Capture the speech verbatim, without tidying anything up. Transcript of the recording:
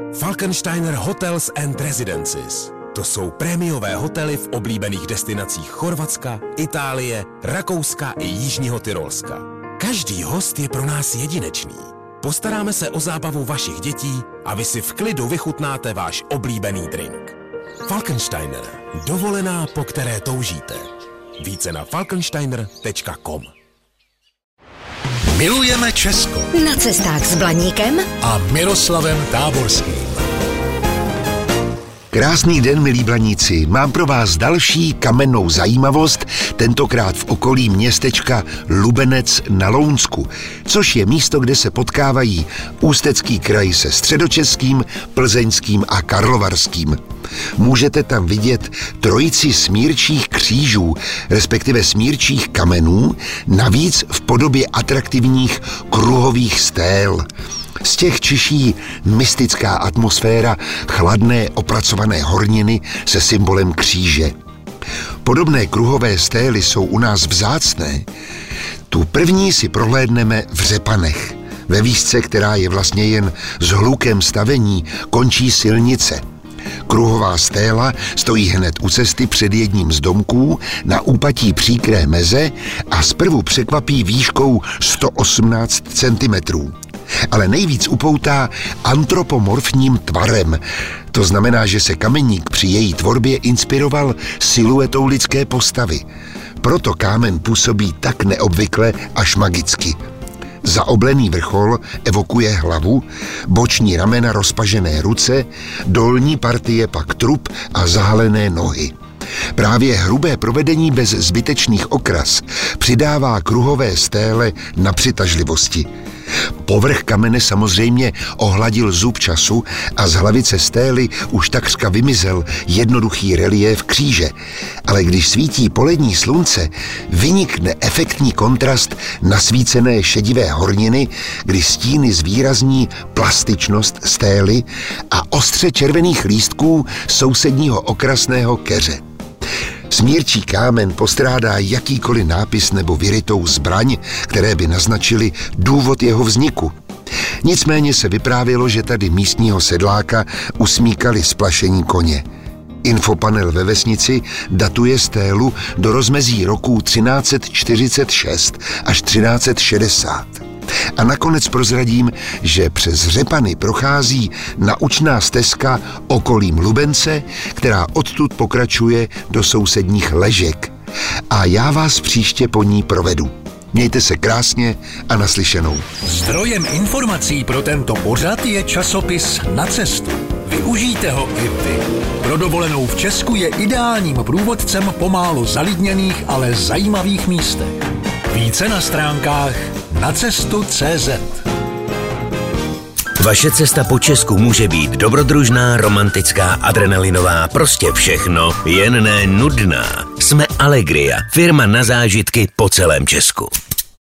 Falkensteiner Hotels and Residences. To jsou prémiové hotely v oblíbených destinacích Chorvatska, Itálie, Rakouska i Jižního Tyrolska. Každý host je pro nás jedinečný. Postaráme se o zábavu vašich dětí a vy si v klidu vychutnáte váš oblíbený drink. Falkensteiner. Dovolená, po které toužíte. Více na falkensteiner tečka com. Milujeme Česko. Na cestách s Blaníkem a Miroslavem Táborským. Krásný den, milí Blaníci. Mám pro vás další kamennou zajímavost, tentokrát v okolí městečka Lubenec na Lounsku, což je místo, kde se potkávají Ústecký kraj se Středočeským, Plzeňským a Karlovarským. Můžete tam vidět trojici smírčích křížů, respektive smírčích kamenů, navíc v podobě atraktivních kruhových stél. Z těch čiší mystická atmosféra chladné opracované horniny se symbolem kříže. Podobné kruhové stély jsou u nás vzácné. Tu první si prohlédneme v Řepanech. Ve výšce, která je vlastně jen s hlukem stavení, končí silnice. Kruhová stéla stojí hned u cesty před jedním z domků na úpatí příkré meze a zprvu překvapí výškou sto osmnáct centimetrů. Ale nejvíc upoutá antropomorfním tvarem. To znamená, že se kamenník při její tvorbě inspiroval siluetou lidské postavy. Proto kámen působí tak neobvykle až magicky. Zaoblený vrchol evokuje hlavu, boční ramena rozpažené ruce, dolní partie pak trup a zahalené nohy. Právě hrubé provedení bez zbytečných okras přidává kruhové stéle na přitažlivosti. Povrch kamene samozřejmě ohladil zub času a z hlavice stély už takřka vymizel jednoduchý reliéf kříže. Ale když svítí polední slunce, vynikne efektní kontrast nasvícené šedivé horniny, kdy stíny zvýrazní plastičnost stély a ostře červených lístků sousedního okrasného keře. Smírčí kámen postrádá jakýkoliv nápis nebo vyrytou zbraň, které by naznačily důvod jeho vzniku. Nicméně se vyprávělo, že tady místního sedláka usmíkali splašení koně. Infopanel ve vesnici datuje stélu do rozmezí roků třináct set čtyřicet šest až třináct set šedesát. A nakonec prozradím, že přes Řepany prochází naučná stezka okolím Lubence, která odtud pokračuje do sousedních Ležek. A já vás příště po ní provedu. Mějte se krásně a naslyšenou. Zdrojem informací pro tento pořad je časopis Na cestu. Využijte ho i vy. Pro dovolenou v Česku je ideálním průvodcem po málo zalidněných, ale zajímavých místech. Více na stránkách na cestu tečka cé zet. Vaše cesta po Česku může být dobrodružná, romantická, adrenalinová, prostě všechno, jen ne nudná. Jsme Allegria, firma na zážitky po celém Česku.